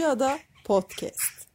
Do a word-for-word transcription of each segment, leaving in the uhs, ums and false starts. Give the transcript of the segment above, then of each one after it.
Ada Podcast.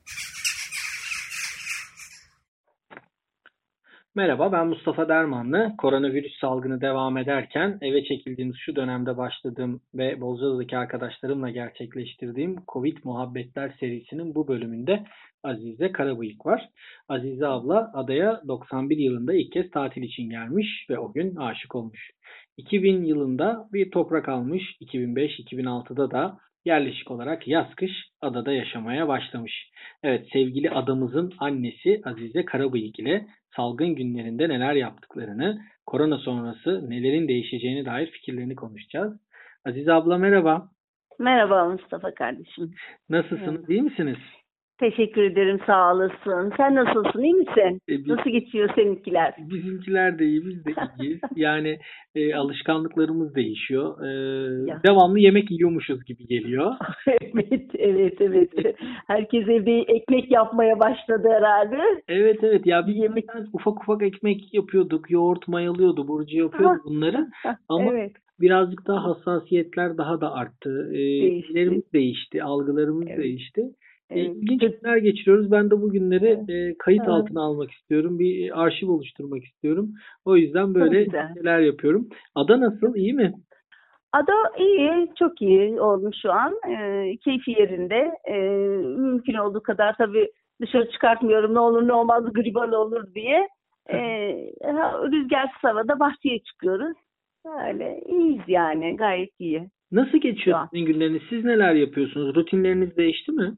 Merhaba, ben Mustafa Dermanlı. Koronavirüs salgını devam ederken eve çekildiğimiz şu dönemde başladığım ve Bozcaada'daki arkadaşlarımla gerçekleştirdiğim Covid Muhabbetler serisinin bu bölümünde Azize Karabıyık var. Azize abla adaya doksan bir yılında ilk kez tatil için gelmiş ve o gün aşık olmuş. iki bin yılında bir toprak almış, iki bin beş iki bin altıda da yerleşik olarak yaz kış adada yaşamaya başlamış. Evet, sevgili adamızın annesi Azize Karabıyık ile salgın günlerinde neler yaptıklarını, korona sonrası nelerin değişeceğine dair fikirlerini konuşacağız. Azize abla merhaba. Merhaba Mustafa kardeşim. Nasılsınız, evet. İyi misiniz? Teşekkür ederim, sağ olasın. Sen nasılsın, iyi misin? E, biz, Nasıl geçiyor seninkiler? Bizimkiler de iyi, biz de iyiyiz. Yani e, alışkanlıklarımız değişiyor. E, devamlı yemek yiyormuşuz gibi geliyor. evet, evet, evet. Herkes evde ekmek yapmaya başladı herhalde. Evet, evet. Ya bir yemek ufak ufak ekmek yapıyorduk, yoğurt mayalıyordu, Burcu yapıyordu bunları. Ama evet. Birazcık daha hassasiyetler daha da arttı. E, değişti. değişti, algılarımız evet. değişti. Evet. İlginç günler geçiriyoruz. Ben de bu günleri e, kayıt evet. altına almak istiyorum. Bir arşiv oluşturmak istiyorum. O yüzden böyle şeyler yapıyorum. Ada nasıl? İyi mi? Ada iyi. Çok iyi olmuş şu an. E, keyfi yerinde. E, mümkün olduğu kadar tabii dışarı çıkartmıyorum. Ne olur ne olmaz gribal olur diye. E, rüzgarsız havada bahçeye çıkıyoruz. Öyle iyiyiz yani. Gayet iyi. Nasıl geçiyor sizin günleriniz? Siz neler yapıyorsunuz? Rutinleriniz değişti mi?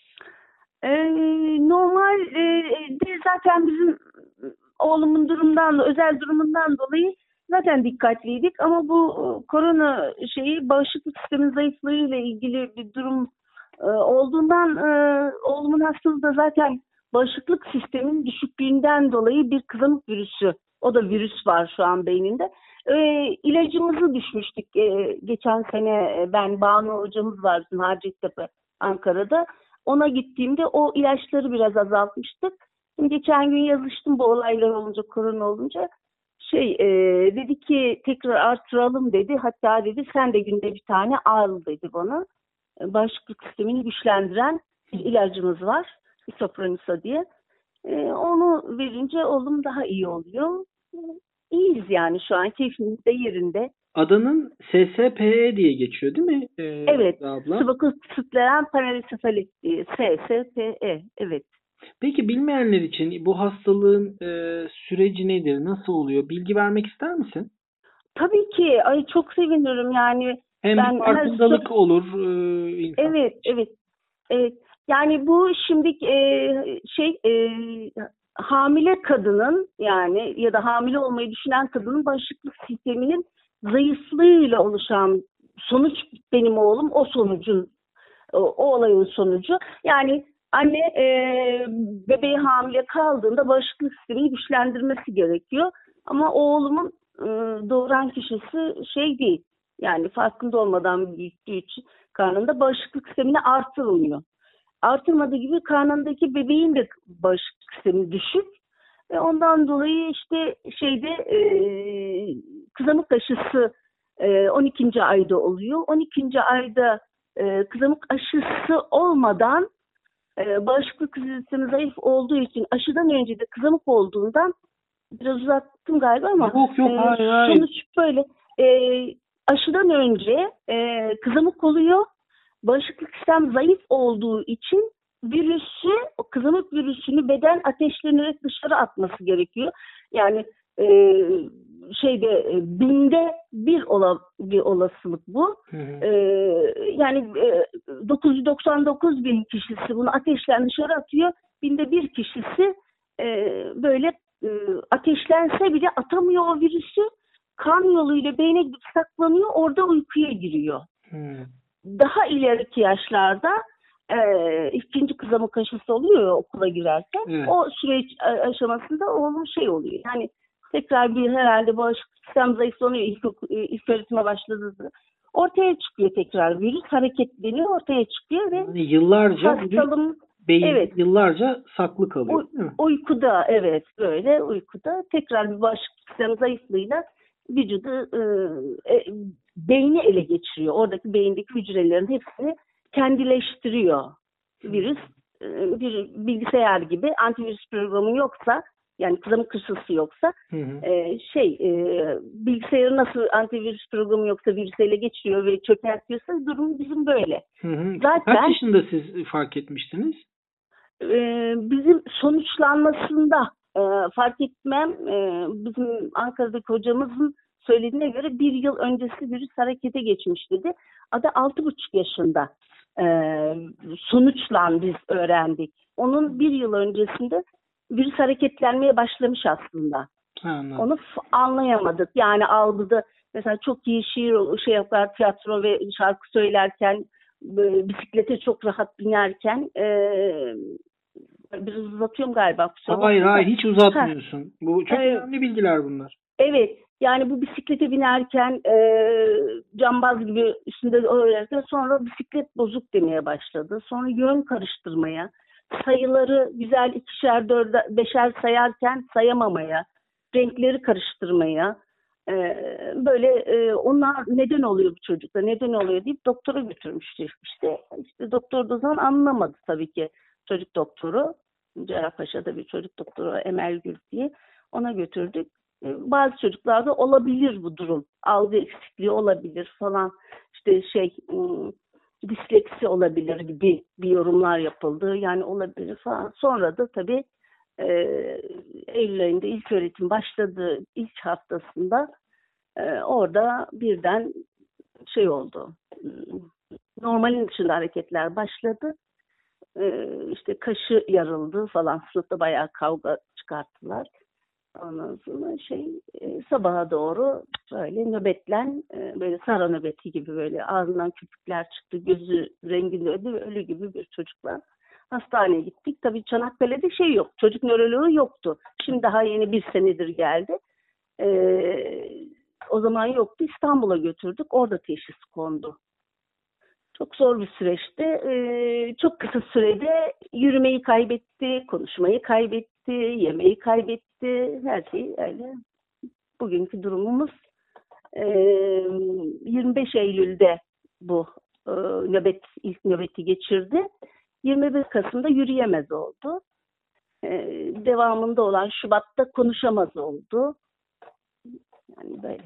Ee, normal e, de zaten bizim oğlumun durumdan, özel durumundan dolayı zaten dikkatliydik ama bu korona şeyi bağışıklık sistemin zayıflığıyla ilgili bir durum e, olduğundan e, oğlumun hastalığı da zaten bağışıklık sistemin düşüklüğünden dolayı bir kızamık virüsü. O da virüs var şu an beyninde. E, ilacımızı düşmüştük. E, geçen sene ben Banu hocamız var bizim Hacettepe Ankara'da. Ona gittiğimde o ilaçları biraz azaltmıştık. Şimdi geçen gün yazıştım bu olaylar olunca, korona olunca. Şey e, dedi ki tekrar artıralım dedi. Hatta dedi sen de günde bir tane al dedi bana. Bağışıklık sistemini güçlendiren bir ilacımız var. Isopronisa diye. E, onu verince oğlum daha iyi oluyor. E, iyiyiz yani şu an keyfimiz de yerinde. Adanın S S P E diye geçiyor değil mi? Ee, evet. Sıvakıskleran panensefalit diye. S S P E. Evet. Peki bilmeyenler için bu hastalığın e, süreci nedir? Nasıl oluyor? Bilgi vermek ister misin? Tabii ki. Ay çok sevinirim yani. Hem ben, farkındalık her... olur. E, insan. Evet, evet. Evet. Yani bu şimdi e, şey e, hamile kadının yani ya da hamile olmayı düşünen kadının bağışıklık sisteminin zayıflığıyla oluşan sonuç benim oğlum o sonucun o, o olayın sonucu. Yani anne e, bebeği hamile kaldığında bağışıklık sistemini güçlendirmesi gerekiyor. Ama oğlumun e, doğuran kişisi şey değil. Yani farkında olmadan büyüttüğü için karnında bağışıklık sistemini artırmıyor. Artırmadığı gibi karnındaki bebeğin de bağışıklık sistemi düşük. Ve ondan dolayı işte şeyde e, kızamık aşısı e, on ikinci ayda oluyor. on ikinci ayda e, kızamık aşısı olmadan e, bağışıklık sistemi zayıf olduğu için aşıdan önce de kızamık olduğundan biraz uzattım galiba ama yok, yok, e, hayır, hayır. sonuç böyle e, aşıdan önce e, kızamık oluyor. Bağışıklık sistem zayıf olduğu için virüsü, o kızamık virüsünü beden ateşlenerek dışarı atması gerekiyor. Yani e, şeyde e, binde bir, ola, bir olasılık bu. Hı hı. E, yani e, dokuz yüz doksan dokuz bin kişisi bunu ateşlen dışarı atıyor. Binde bir kişisi e, böyle e, ateşlense bile atamıyor o virüsü. Kan yoluyla beyne gidip saklanıyor. Orada uykuya giriyor. Hı. Daha ileriki yaşlarda e, ikinci kızamık aşısı oluyor ya okula girerken. Evet. O süreç aşamasında oğlum şey oluyor. Yani tekrar bir herhalde bağışıklık sistem zayıflanıyor ilk, ilk öğretime başladığı. Ortaya çıkıyor tekrar virüs hareketleniyor ortaya çıkıyor ve yani yıllarca hastalığım, beyin evet, yıllarca saklı kalıyor. U, uykuda evet böyle uykuda tekrar bir bağışıklık sistem zayıflığıyla vücudu e, e, beyni ele geçiriyor. Oradaki beyindeki hücrelerin hepsini kendileştiriyor. virüs e, bir bilgisayar gibi antivirüs programı yoksa, yani kızamık kısısı yoksa Hı hı. e, şey e, bilgisayarı nasıl antivirüs programı yoksa virüs ele geçiriyor ve çökertiyorsa durum bizim böyle. Hı hı. Zaten Kaç yaşında siz fark etmiştiniz? e, bizim sonuçlanmasında e, fark etmem, e, bizim Ankara'daki hocamızın söylediğine göre bir yıl öncesi virüs harekete geçmiş dedi. Adı altı buçuk yaşında e, sonuçlan biz öğrendik. Onun bir yıl öncesinde virüs hareketlenmeye başlamış aslında. Ha, anladım. Onu f- anlayamadık. Yani algıda mesela çok iyi şiir şey yapar, tiyatro ve şarkı söylerken, böyle bisiklete çok rahat binerken e, biraz uzatıyorum galiba. Kusura Hayır bakmayın da. hayır hiç uzatmıyorsun. Bu çok Evet. önemli bilgiler bunlar. Evet, yani bu bisiklete binerken e, cambaz gibi üstünde oynarken sonra bisiklet bozuk demeye başladı. Sonra yön karıştırmaya, sayıları güzel ikişer, dörder, beşer sayarken sayamamaya, renkleri karıştırmaya, e, böyle e, onlar neden oluyor bu çocukta, neden oluyor deyip doktora götürmüştü. İşte, işte doktor da o zaman anlamadı tabii ki, çocuk doktoru. Cerrahpaşa'da bir çocuk doktoru Emel Gül diye, ona götürdük. Bazı çocuklarda olabilir bu durum. Algı eksikliği olabilir falan. İşte şey disleksi olabilir gibi bir yorumlar yapıldı. Yani olabilir falan. Sonra da tabii e, Eylül ayında ilk öğretim başladığı ilk haftasında e, orada birden şey oldu. Normalin dışında hareketler başladı. E, işte kaşı yarıldı falan. Sınıfta bayağı kavga çıkarttılar. Ondan sonra şey e, sabaha doğru böyle nöbetlen e, böyle sara nöbeti gibi böyle ağzından köpükler çıktı, gözü rengi döndü ve ölü gibi bir çocukla hastaneye gittik. Tabii Çanakkale'de şey yok, çocuk nöroloğu yoktu. Şimdi daha yeni bir senedir geldi. E, o zaman yoktu. İstanbul'a götürdük. Orada teşhis kondu. Çok zor bir süreçti. Ee, çok kısa sürede yürümeyi kaybetti, konuşmayı kaybetti, yemeği kaybetti. Her şey öyle. Bugünkü durumumuz e, yirmi beş Eylül'de bu e, nöbet ilk nöbeti geçirdi. yirmi bir Kasım'da yürüyemez oldu. E, devamında olan Şubat'ta konuşamaz oldu. Yani böyle.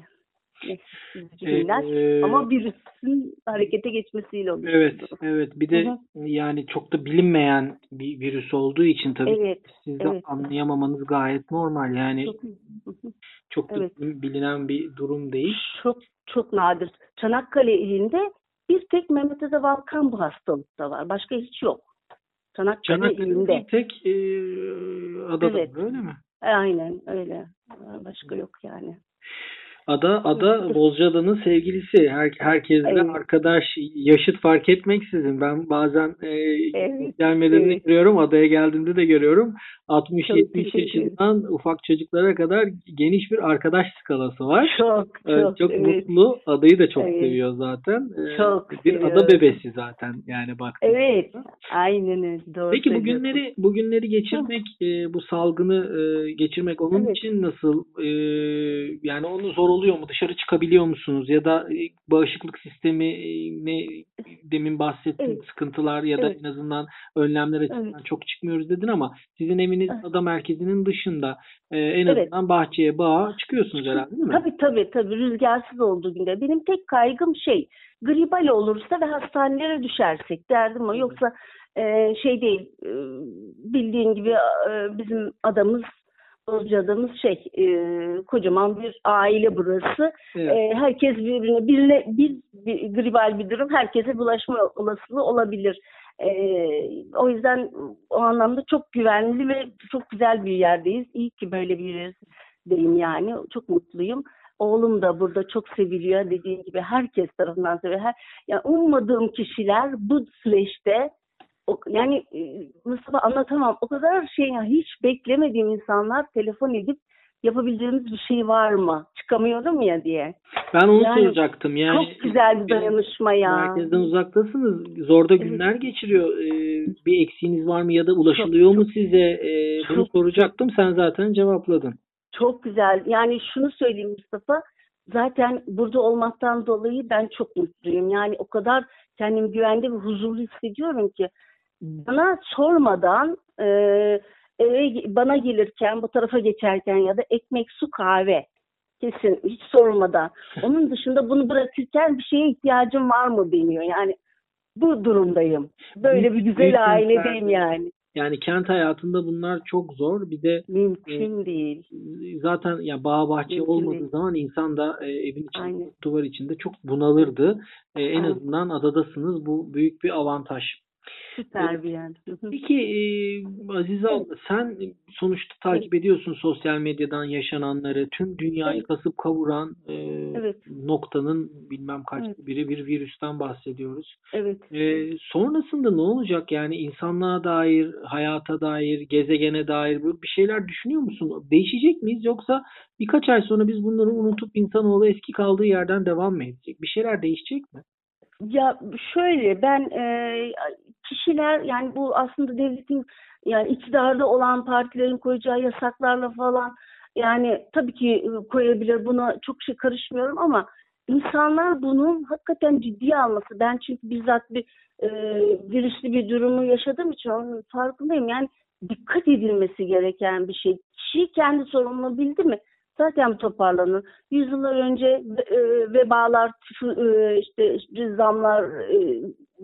Günler. Ee, Ama virüsün harekete geçmesiyle oluyor. Evet, evet. Bir de Hı hı. yani çok da bilinmeyen bir virüs olduğu için tabii Evet, siz de evet. anlayamamanız gayet normal. Yani Çok, hı hı. çok da Evet. bilinen bir durum değil. Çok çok nadir. Çanakkale ilinde bir tek Mehmet Ede Valkan bu hastalıkta var. Başka hiç yok. Çanakkale, Çanakkale'nin ilinde. bir tek e, adada Evet. öyle mi? Aynen öyle. Başka yok yani. Ada, ada Evet. Bozcaada'nın sevgilisi. Her, herkesle Evet. arkadaş, yaşıt fark etmeksizin. Ben bazen e, Evet. sosyal medyada Evet. görüyorum, adaya geldiğimde de görüyorum. altmış Çok yetmiş teşekkür ederim. yaşından ufak çocuklara kadar geniş bir arkadaş skalası var. Çok Ee, çok. çok Evet. mutlu. Adayı da çok Evet. seviyor zaten. Ee, Çok bir ada seviyorum. bebesi zaten yani baktığınızda. Evet. Aynen öyle. Doğru Peki söylüyorsun. bugünleri bugünleri geçirmek, e, bu salgını e, geçirmek onun Evet. için nasıl? E, yani onu zor oluyor mu? Dışarı çıkabiliyor musunuz? Ya da e, bağışıklık sistemi e, ne demin bahsettiğim Evet. sıkıntılar ya da Evet. en azından önlemler açısından Evet. çok çıkmıyoruz dedin ama sizin eviniz Evet. ada merkezinin dışında e, en Evet. azından bahçeye, bağa çıkıyorsunuz herhalde değil mi? Tabii tabii tabii rüzgarsız olduğu günde. Benim tek kaygım şey, gribal olursa ve hastanelere düşersek derdim o. Yoksa e, şey değil, e, bildiğin gibi e, bizim adamız, Bozcaada'mız şey, e, kocaman bir aile burası. Evet. E, herkes birbirine, birine bir, bir gribal bir durum herkese bulaşma olasılığı olabilir. E, o yüzden o anlamda çok güvenli ve çok güzel bir yerdeyiz. İyi ki böyle bir yeriz. Deyim yani. Çok mutluyum. Oğlum da burada çok seviliyor. Dediğim gibi herkes tarafından seviliyor. Her, yani ummadığım kişiler bu süreçte o, yani Mustafa anlatamam. O kadar şey yani hiç beklemediğim insanlar telefon edip yapabileceğimiz bir şey var mı? Çıkamıyorum ya diye. Ben onu Yani soracaktım. Yani çok güzel bir dayanışma ya. merkezden uzaktasınız. Zorda günler Evet. geçiriyor. Ee, bir eksiğiniz var mı ya da ulaşılıyor Çok, mu çok, size? Ee, bunu çok, soracaktım. Sen zaten cevapladın. Çok güzel. Yani şunu söyleyeyim Mustafa. Zaten burada olmaktan dolayı ben çok mutluyum. Yani o kadar kendimi güvende ve huzurlu hissediyorum ki. bana sormadan e, eve bana gelirken, bu tarafa geçerken ya da ekmek, su, kahve, kesin hiç sormadan. Onun dışında bunu bırakırken bir şeye ihtiyacım var mı deniyor. Yani bu durumdayım. Böyle bir Büyük güzel ailedeyim kentlerde, yani. yani kent hayatında bunlar çok zor. Bir de Mümkün e, değil. zaten ya bağ bahçe Mümkün olmadığı değil. zaman insan da e, evin içinde, Aynen. dört duvar içinde çok bunalırdı. E, en Aynen. azından adadasınız. Bu büyük bir avantaj. Süper bir yer. Hı hı. Peki e, Azize Evet. abla, sen sonuçta takip ediyorsun sosyal medyadan yaşananları, tüm dünyayı Evet. kasıp kavuran e, Evet. noktanın bilmem kaç Evet. biri bir virüsten bahsediyoruz. Evet. E, sonrasında ne olacak? Yani insanlığa dair, hayata dair, gezegene dair böyle bir şeyler düşünüyor musun? Değişecek miyiz, yoksa birkaç ay sonra biz bunları unutup insanoğlu eski kaldığı yerden devam mı edecek? Bir şeyler değişecek mi? Ya şöyle, ben e, kişiler, yani bu aslında devletin, yani iktidarda olan partilerin koyacağı yasaklarla falan, yani tabii ki e, koyabilir, buna çok şey karışmıyorum ama insanlar bunun hakikaten ciddiye alması, ben çünkü bizzat bir e, virüslü bir durumu yaşadığım için onun farkındayım. Yani dikkat edilmesi gereken bir şey. Kişi kendi sorumluluğunu bildi mi zaten toparlanır. Yüzyıllar önce e, vebalar, e, işte, işte zamlar, e,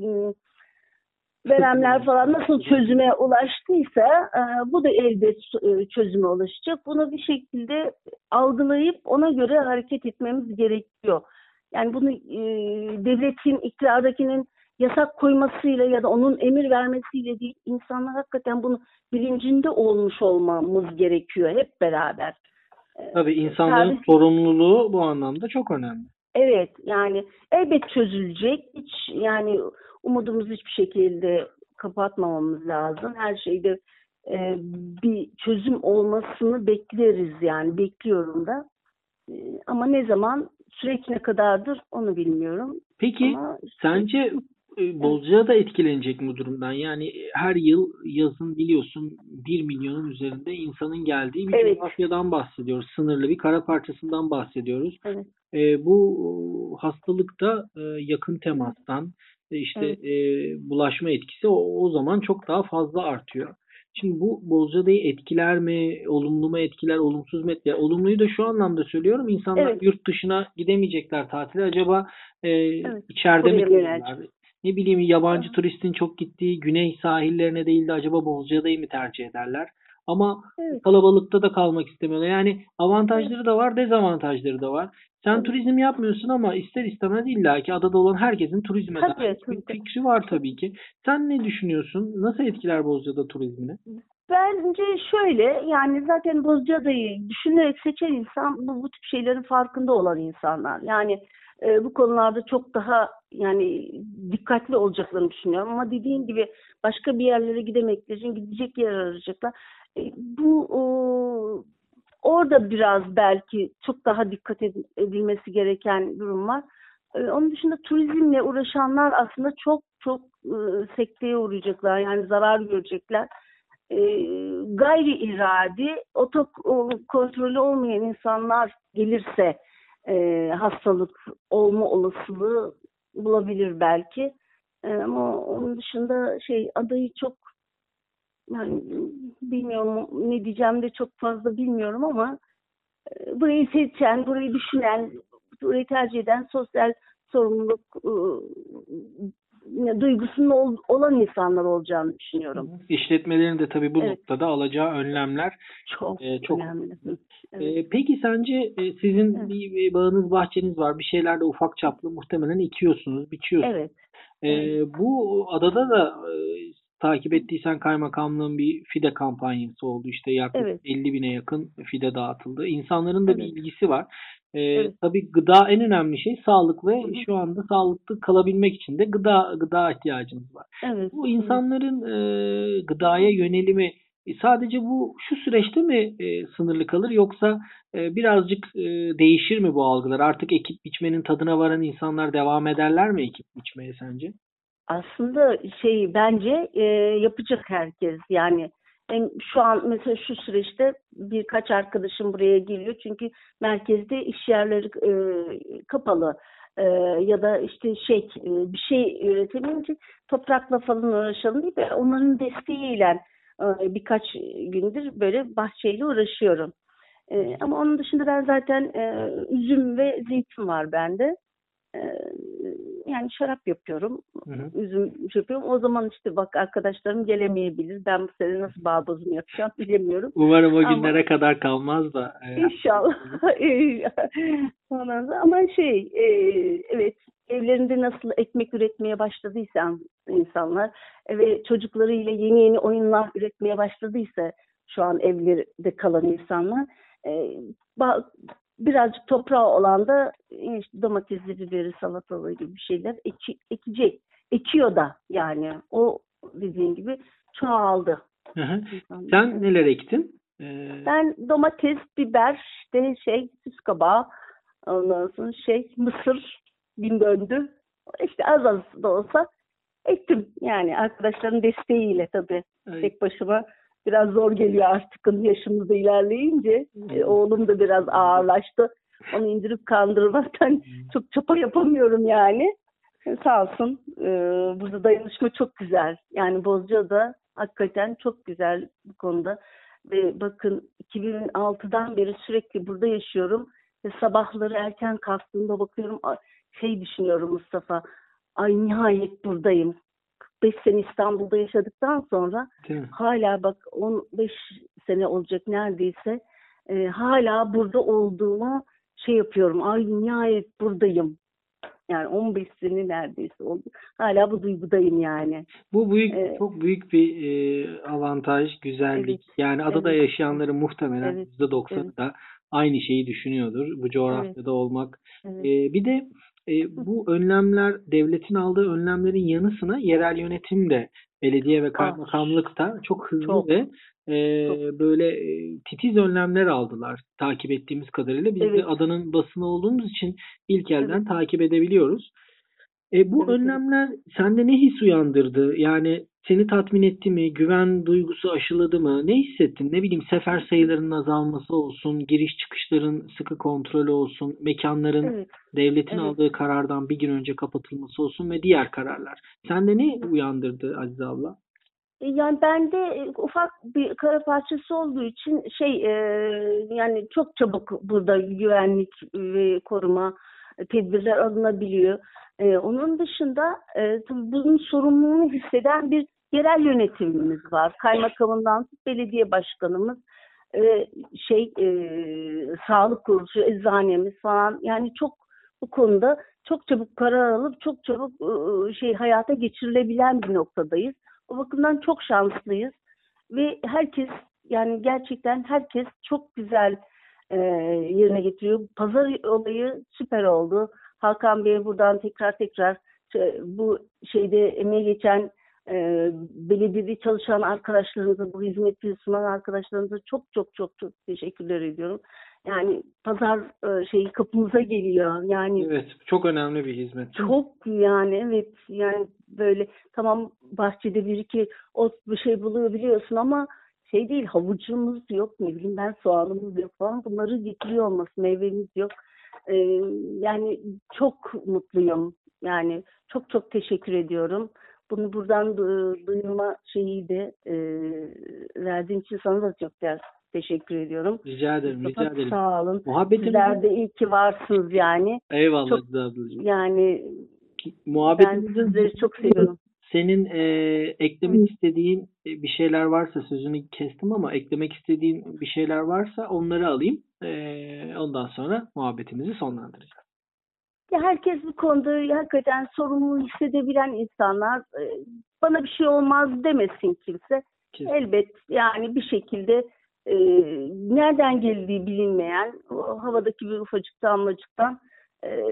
veremler falan nasıl çözüme ulaştıysa e, bu da elbet e, çözüme ulaşacak. Bunu bir şekilde algılayıp ona göre hareket etmemiz gerekiyor. Yani bunu e, devletin, iktidardakinin yasak koymasıyla ya da onun emir vermesiyle değil, insanlar hakikaten bunun bilincinde olmuş olmamız gerekiyor hep beraber. Tabii insanların Sadece, sorumluluğu bu anlamda çok önemli. evet, yani elbet çözülecek. Hiç, yani umudumuzu hiçbir şekilde kapatmamamız lazım. Her şeyde e, bir çözüm olmasını bekleriz, yani bekliyorum da. E, ama ne zaman, süreç ne kadardır onu bilmiyorum. Peki Ama işte, sence e, evet, Bozcaada da etkilenecek mi bu durumdan? Yani her yıl yazın biliyorsun bir milyonun üzerinde insanın geldiği bir evet, coğrafyadan bahsediyoruz. Sınırlı bir kara parçasından bahsediyoruz. evet, E, bu hastalıkta e, yakın temastan e, işte evet. e, bulaşma etkisi o, o zaman çok daha fazla artıyor. Şimdi bu Bozcaada'yı etkiler mi? Olumlu mu etkiler, olumsuz mu etkiler? Olumluyu da şu anlamda söylüyorum. İnsanlar Evet, yurt dışına gidemeyecekler tatile. Acaba e, evet. içeride mi Buraya yönelmiş. kalırlar? Ne bileyim, yabancı turistin çok gittiği güney sahillerine değil de acaba Bozcaada'yı mı tercih ederler? Ama Evet, kalabalıkta da kalmak istemiyorlar. Yani evet, avantajları da var, dezavantajları da var. Sen evet. turizm yapmıyorsun ama ister istemez illaki adada olan herkesin turizme dair Tabii, bir tabii. fikri var tabii ki. Sen ne düşünüyorsun? Nasıl etkiler Bozcaada turizmini? Bence şöyle, yani zaten Bozcaada'yı düşünerek seçen insan, bu, bu tip şeylerin farkında olan insanlar. Yani e, bu konularda çok daha, yani dikkatli olacaklarını düşünüyorum. Ama dediğin gibi başka bir yerlere gidemekleri için gidecek yer arayacaklar. E, bu o, orada biraz belki çok daha dikkat edilmesi gereken durum var. E, onun dışında turizmle uğraşanlar aslında çok çok e, sekteye uğrayacaklar, yani zarar görecekler. E, gayri iradi, oto kontrolü olmayan insanlar gelirse e, hastalık olma olasılığı bulabilir belki. E, ama onun dışında şey, adayı çok, yani bilmiyorum, ne diyeceğim de çok fazla bilmiyorum ama e, burayı seçen, burayı düşünen, burayı tercih eden, sosyal sorumluluk e, duygusunun ol, olan insanlar olacağını düşünüyorum. İşletmelerin de tabii bu Evet. noktada alacağı önlemler Çok, e, çok önemli. önemli. Evet. E, peki sence e, sizin Evet. bir, bir bağınız, bahçeniz var. Bir şeyler de ufak çaplı muhtemelen ekiyorsunuz, biçiyorsunuz. Evet. E, Evet. bu adada da e, takip ettiysen kaymakamlığın bir fide kampanyası oldu. İşte yaklaşık Evet. elli bine yakın fide dağıtıldı. İnsanların da bir Evet. ilgisi var. E, Evet. tabii gıda en önemli şey, sağlık ve Hı hı. şu anda sağlıklı kalabilmek için de gıda gıda ihtiyacımız var. Evet. Bu Hı hı. insanların e, gıdaya yönelimi e, sadece bu şu süreçte mi e, sınırlı kalır, yoksa e, birazcık e, değişir mi bu algılar? Artık ekip biçmenin tadına varan insanlar devam ederler mi ekip biçmeye sence? Aslında şey, bence e, yapacak herkes, yani hem şu an mesela şu süreçte birkaç arkadaşım buraya geliyor çünkü merkezde iş yerleri e, kapalı. e, ya da işte şey e, bir şey üretemeyince toprakla falan uğraşalım diye de onların desteğiyle e, birkaç gündür böyle bahçeyle uğraşıyorum. E, ama onun dışında ben zaten e, üzüm ve zeytin var bende. E, yani şarap yapıyorum. Hı hı. Üzüm yapıyorum. O zaman işte bak arkadaşlarım gelemeyebilir. Ben bu sene nasıl bağ bozumu yapacağım bilemiyorum. Umarım o Ama günlere kadar kalmaz da. e, İnşallah. Ondan sonra ama şey e, evet evlerinde nasıl ekmek üretmeye başladıysa insanlar e, ve çocuklarıyla yeni yeni oyunlar üretmeye başladıysa şu an evlerde kalan insanlar e, ba- birazcık toprağı olan da e, işte domatesli, biberi, salatalığı gibi bir şeyler eki, ekecek. Ekiyor da yani o dediğin gibi çoğaldı. Hı hı. İnsanlar. Sen neler ektin? Ee, Ben domates, biber, işte şey, süs kabağı, ondan sonra şey, mısır, bin döndü. İşte az az da olsa ektim. Yani arkadaşların desteğiyle tabii. ay, Tek başıma biraz zor geliyor artık yaşımız da ilerleyince. E, oğlum da biraz ağırlaştı. Onu indirip kandırmaktan çok çapa yapamıyorum yani. E, sağ olsun. E, burada dayanışma çok güzel. Yani Bozcaada hakikaten çok güzel bu konuda. Ve bakın iki bin altıdan beri sürekli burada yaşıyorum. Ve sabahları erken kalktığımda bakıyorum şey düşünüyorum Mustafa. Ay nihayet buradayım. kırk beş sene İstanbul'da yaşadıktan sonra değil mi? hala bak on beş sene olacak neredeyse e, hala burada olduğuma şey yapıyorum. Ay nihayet buradayım. Yani on beş sene neredeyse oldu. Hala bu duygudayım yani. Bu büyük, Ee, çok büyük bir e, avantaj, güzellik. evet, Yani adada evet, yaşayanların muhtemelen evet, yüzde doksanı evet, da aynı şeyi düşünüyordur. Bu evet, coğrafyada olmak. evet. E, bir de e, bu önlemler, devletin aldığı önlemlerin yanı sıra yerel yönetim de, belediye ve Ah, kaymakamlık da çok hızlı çok, ve e, çok. böyle e, titiz önlemler aldılar takip ettiğimiz kadarıyla. Biz de Evet, adanın basını olduğumuz için ilk elden evet, takip edebiliyoruz. E, bu evet, evet. önlemler sende ne his uyandırdı? Yani seni tatmin etti mi? Güven duygusu aşıladı mı? Ne hissettin? Ne bileyim, sefer sayılarının azalması olsun, giriş çıkışların sıkı kontrolü olsun, mekanların Evet, devletin evet. aldığı karardan bir gün önce kapatılması olsun ve diğer kararlar. Sende ne uyandırdı Azize abla? E, Yani bende e, ufak bir kara parçası olduğu için şey e, yani çok çabuk burada güvenlik ve koruma e, tedbirler alınabiliyor. E, onun dışında e, tabii bunun sorumluluğunu hisseden bir yerel yönetimimiz var. Kaymakamından tut belediye başkanımız, e, şey e, sağlık kuruluşu, eczanemiz falan yani çok bu konuda çok çabuk karar alıp çok çabuk e, şey hayata geçirilebilen bir noktadayız. O bakımdan çok şanslıyız ve herkes yani gerçekten herkes çok güzel e, yerine getiriyor. Pazar olayı süper oldu. Hakan Bey'e buradan tekrar tekrar e, bu şeyde emeği geçen e, belediyede çalışan arkadaşlarımıza, bu hizmeti sunan arkadaşlarımıza çok çok çok çok teşekkürler ediyorum. Yani pazar e, şeyi kapımıza geliyor. Yani Evet, çok önemli bir hizmet, değil mi? çok yani evet yani böyle tamam bahçede bir iki ot bir şey buluyor biliyorsun ama şey değil havucumuz yok ne bileyim ben soğanımız yok falan bunları getiriyor olması meyvemiz yok. Ee, yani çok mutluyum yani çok çok teşekkür ediyorum. Bunu buradan du- duyurma şeyi de e, verdiğin için sana da çok ders teşekkür ediyorum. Rica ederim, Mustafa rica ederim. sağ olun. Muhabbetimizin Sizler de iyi ki varsınız yani. eyvallah Çok Azize ablacığım. yani ben Muhabbetimizin sizleri çok seviyorum. senin e, eklemek istediğin e, bir şeyler varsa, sözünü kestim ama eklemek istediğin bir şeyler varsa onları alayım. E, ondan sonra muhabbetimizi sonlandıracağız. Ya herkes bu konuda hakikaten sorumluluğu hissedebilen insanlar e, bana bir şey olmaz demesin kimse. Kesin. Elbet yani bir şekilde e, nereden geldiği bilinmeyen o havadaki bir ufacık damlacıktan e,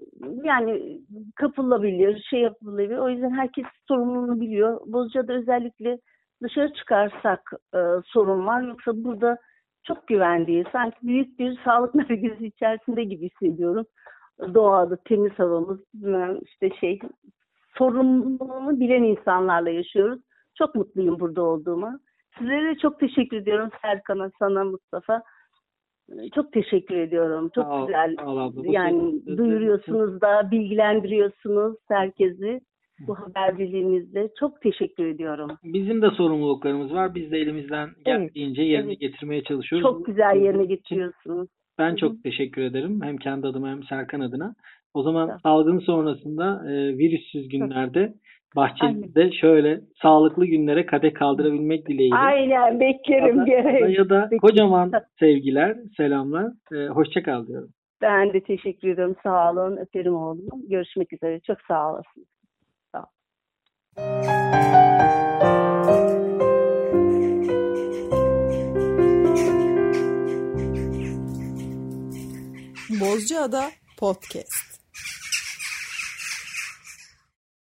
yani kapılabilir, şey yapılabilir. O yüzden herkes sorumluluğunu biliyor. Bozcaada özellikle dışarı çıkarsak e, sorun var. Yoksa burada çok güvendeyiz. Sanki büyük bir sağlık merkezi içerisinde gibi hissediyorum. Doğada temiz havamız, işte şey sorumluluğunu bilen insanlarla yaşıyoruz. Çok mutluyum burada olduğuma. Sizlere de çok teşekkür ediyorum Serkan'a, sana Mustafa. Çok teşekkür ediyorum. Çok Sağ ol, güzel. sağ ol abla. Bu Yani sözlerin duyuruyorsunuz da, bilgilendiriyorsunuz herkesi bu haberciliğinizle. Çok teşekkür ediyorum. Bizim de sorumluluklarımız var. Biz de elimizden geldiğince yerine evet. getirmeye çalışıyoruz. Çok güzel yerine getiriyorsunuz. Ben Hı-hı. çok teşekkür ederim. Hem kendi adıma hem Serkan adına. O zaman Tamam. salgın sonrasında e, virüsüz günlerde bahçemizde Aynen. şöyle sağlıklı günlere kadeh kaldırabilmek dileğiyle. Aynen beklerim. Ya da, gerek. ya da Peki. kocaman sevgiler, selamlar. E, hoşça kal diyorum. Ben de teşekkür ederim. Sağ olun. Öperim oğlum. Görüşmek üzere. Çok sağ olasın. Sağ ol. Bozcaada Podcast.